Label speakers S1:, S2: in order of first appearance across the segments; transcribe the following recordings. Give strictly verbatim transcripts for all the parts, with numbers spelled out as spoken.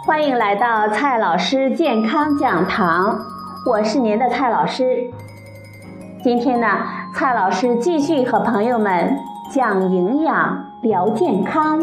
S1: 欢迎来到蔡老师健康讲堂，我是您的蔡老师。今天呢，蔡老师继续和朋友们讲营养聊健康。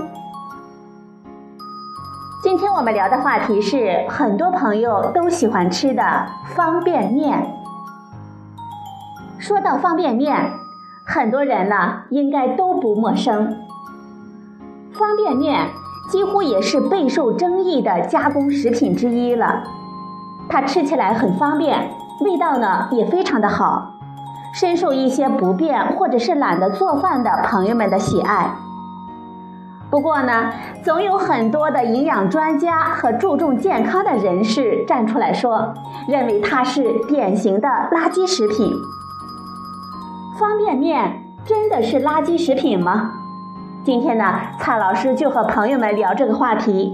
S1: 今天我们聊的话题是很多朋友都喜欢吃的方便面。说到方便面，很多人呢应该都不陌生。方便面几乎也是备受争议的加工食品之一了。它吃起来很方便，味道呢也非常的好，深受一些不便或者是懒得做饭的朋友们的喜爱。不过呢，总有很多的营养专家和注重健康的人士站出来说，认为它是典型的垃圾食品。方便面真的是垃圾食品吗？今天呢，蔡老师就和朋友们聊这个话题。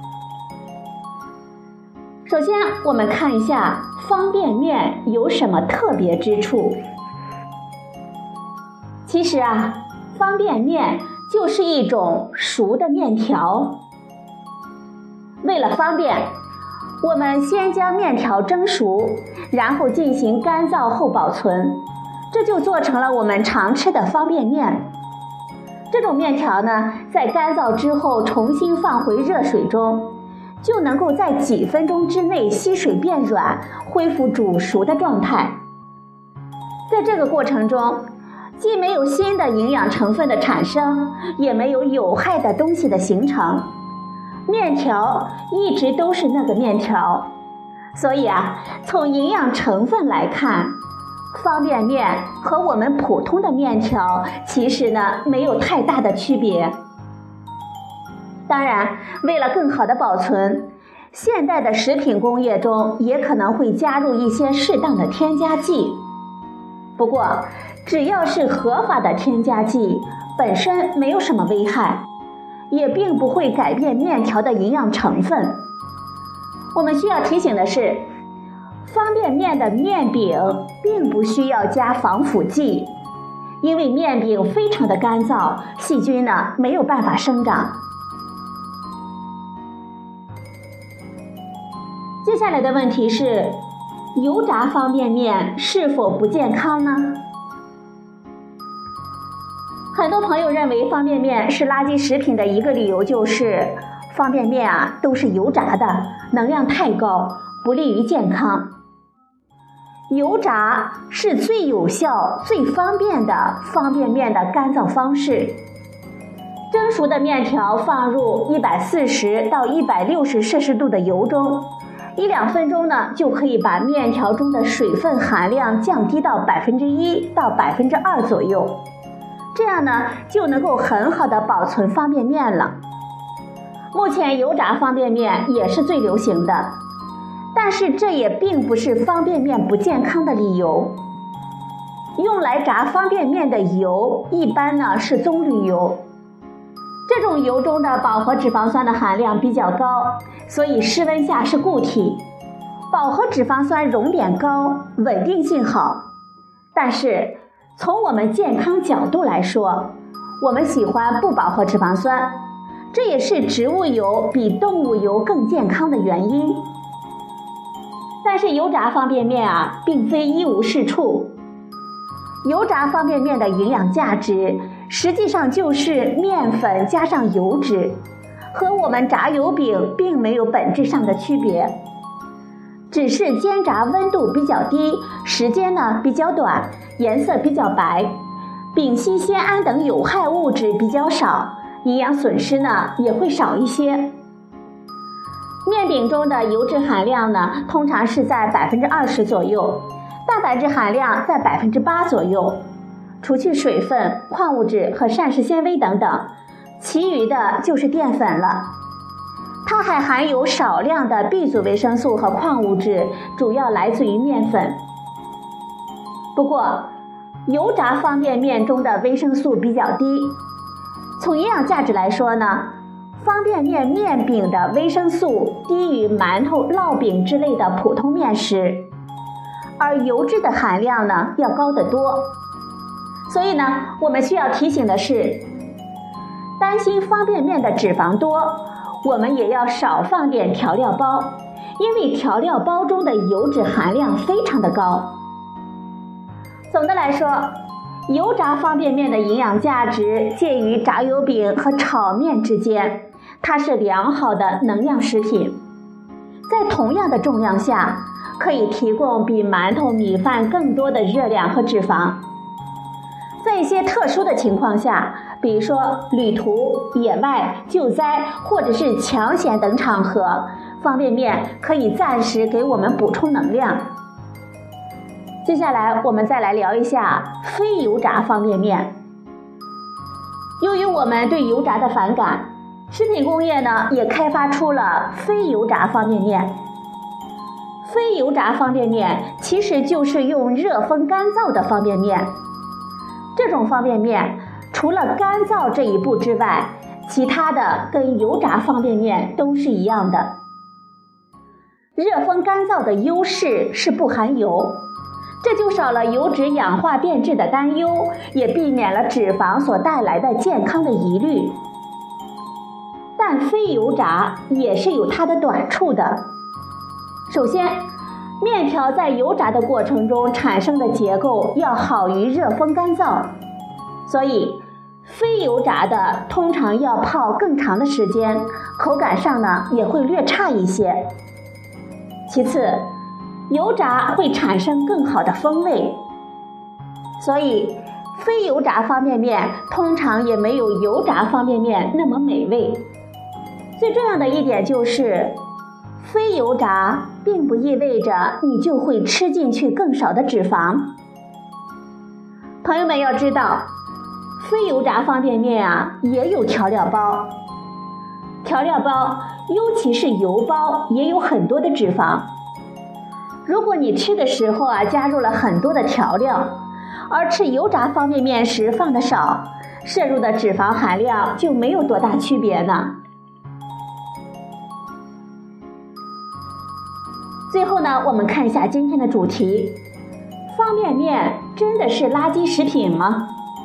S1: 首先，我们看一下方便面有什么特别之处。其实啊，方便面就是一种熟的面条。为了方便，我们先将面条蒸熟，然后进行干燥后保存，这就做成了我们常吃的方便面。这种面条呢，在干燥之后重新放回热水中，就能够在几分钟之内吸水变软，恢复煮熟的状态。在这个过程中，既没有新的营养成分的产生，也没有有害的东西的形成，面条一直都是那个面条。所以啊，从营养成分来看，方便面和我们普通的面条其实呢没有太大的区别。当然，为了更好的保存，现代的食品工业中也可能会加入一些适当的添加剂。不过，只要是合法的添加剂，本身没有什么危害，也并不会改变面条的营养成分。我们需要提醒的是，方便面的面饼并不需要加防腐剂，因为面饼非常的干燥，细菌呢没有办法生长。接下来的问题是，油炸方便面是否不健康呢？很多朋友认为方便面是垃圾食品的一个理由就是，方便面啊都是油炸的，能量太高，不利于健康。油炸是最有效、最方便的方便面的干燥方式。蒸熟的面条放入一百四十到一百六十摄氏度的油中，一两分钟呢，就可以把面条中的水分含量降低到百分之一到百分之二左右。这样呢，就能够很好的保存方便面了。目前油炸方便面也是最流行的。但是这也并不是方便面不健康的理由。用来炸方便面的油一般呢是棕榈油，这种油中的饱和脂肪酸的含量比较高，所以室温下是固体，饱和脂肪酸熔点高，稳定性好。但是从我们健康角度来说，我们喜欢不饱和脂肪酸，这也是植物油比动物油更健康的原因。但是油炸方便面啊，并非一无是处。油炸方便面的营养价值，实际上就是面粉加上油脂，和我们炸油饼并没有本质上的区别，只是煎炸温度比较低，时间呢比较短，颜色比较白，丙烯酰胺等有害物质比较少，营养损失呢也会少一些。面饼中的油脂含量呢，通常是在百分之二十左右，蛋白质含量在百分之八左右。除去水分、矿物质和膳食纤维等等，其余的就是淀粉了。它还含有少量的 B 族维生素和矿物质，主要来自于面粉。不过，油炸方便面中的维生素比较低。从营养价值来说呢，方便面面饼的维生素低于馒头、烙饼之类的普通面食，而油脂的含量呢要高得多。所以呢，我们需要提醒的是，担心方便面的脂肪多， 我们也要少放点调料包，因为调料包中的油脂含量非常的高。总的来说，油炸方便面的营养价值介于炸油饼和炒面之间，它是良好的能量食品。在同样的重量下，可以提供比馒头、米饭更多的热量和脂肪。在一些特殊的情况下，比如说旅途、野外、救灾或者是抢险等场合，方便面可以暂时给我们补充能量。接下来我们再来聊一下非油炸方便面。由于我们对油炸的反感，食品工业呢也开发出了非油炸方便面。非油炸方便面其实就是用热风干燥的方便面。这种方便面除了干燥这一步之外，其他的跟油炸方便面都是一样的。热风干燥的优势是不含油，这就少了油脂氧化变质的担忧，也避免了脂肪所带来的健康的疑虑。但非油炸也是有它的短处的。首先，面条在油炸的过程中产生的结构要好于热风干燥，所以非油炸的通常要泡更长的时间，口感上呢也会略差一些。其次，油炸会产生更好的风味，所以非油炸方便面通常也没有油炸方便面那么美味。最重要的一点就是，非油炸并不意味着你就会吃进去更少的脂肪。朋友们要知道，非油炸方便面啊也有调料包，调料包尤其是油包也有很多的脂肪。如果你吃的时候啊加入了很多的调料，而吃油炸方便面时放的少，摄入的脂肪含量就没有多大区别呢。最后呢，我们看一下今天的主题：方便面真的是垃圾食品吗？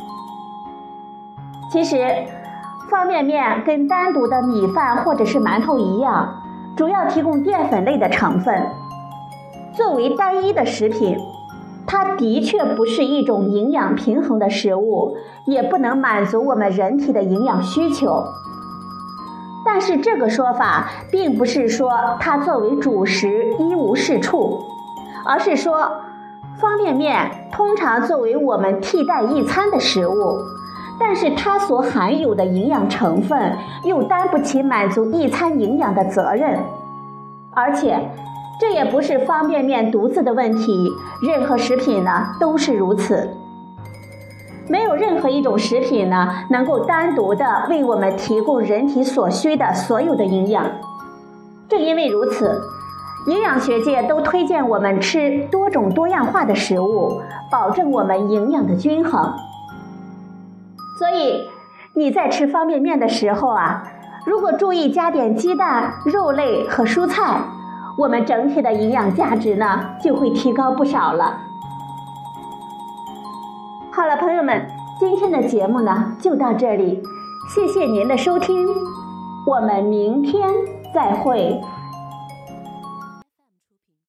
S1: 其实，方便面跟单独的米饭或者是馒头一样，主要提供淀粉类的成分。作为单一的食品，它的确不是一种营养平衡的食物，也不能满足我们人体的营养需求。但是这个说法并不是说它作为主食一无是处，而是说方便面通常作为我们替代一餐的食物，但是它所含有的营养成分又担不起满足一餐营养的责任。而且这也不是方便面独自的问题，任何食品呢都是如此。没有任何一种食品呢能够单独的为我们提供人体所需的所有的营养。正因为如此，营养学界都推荐我们吃多种多样化的食物，保证我们营养的均衡。所以你在吃方便面的时候啊，如果注意加点鸡蛋、肉类和蔬菜，我们整体的营养价值呢就会提高不少了。好了，朋友们，今天的节目呢就到这里，谢谢您的收听，我们明天再会。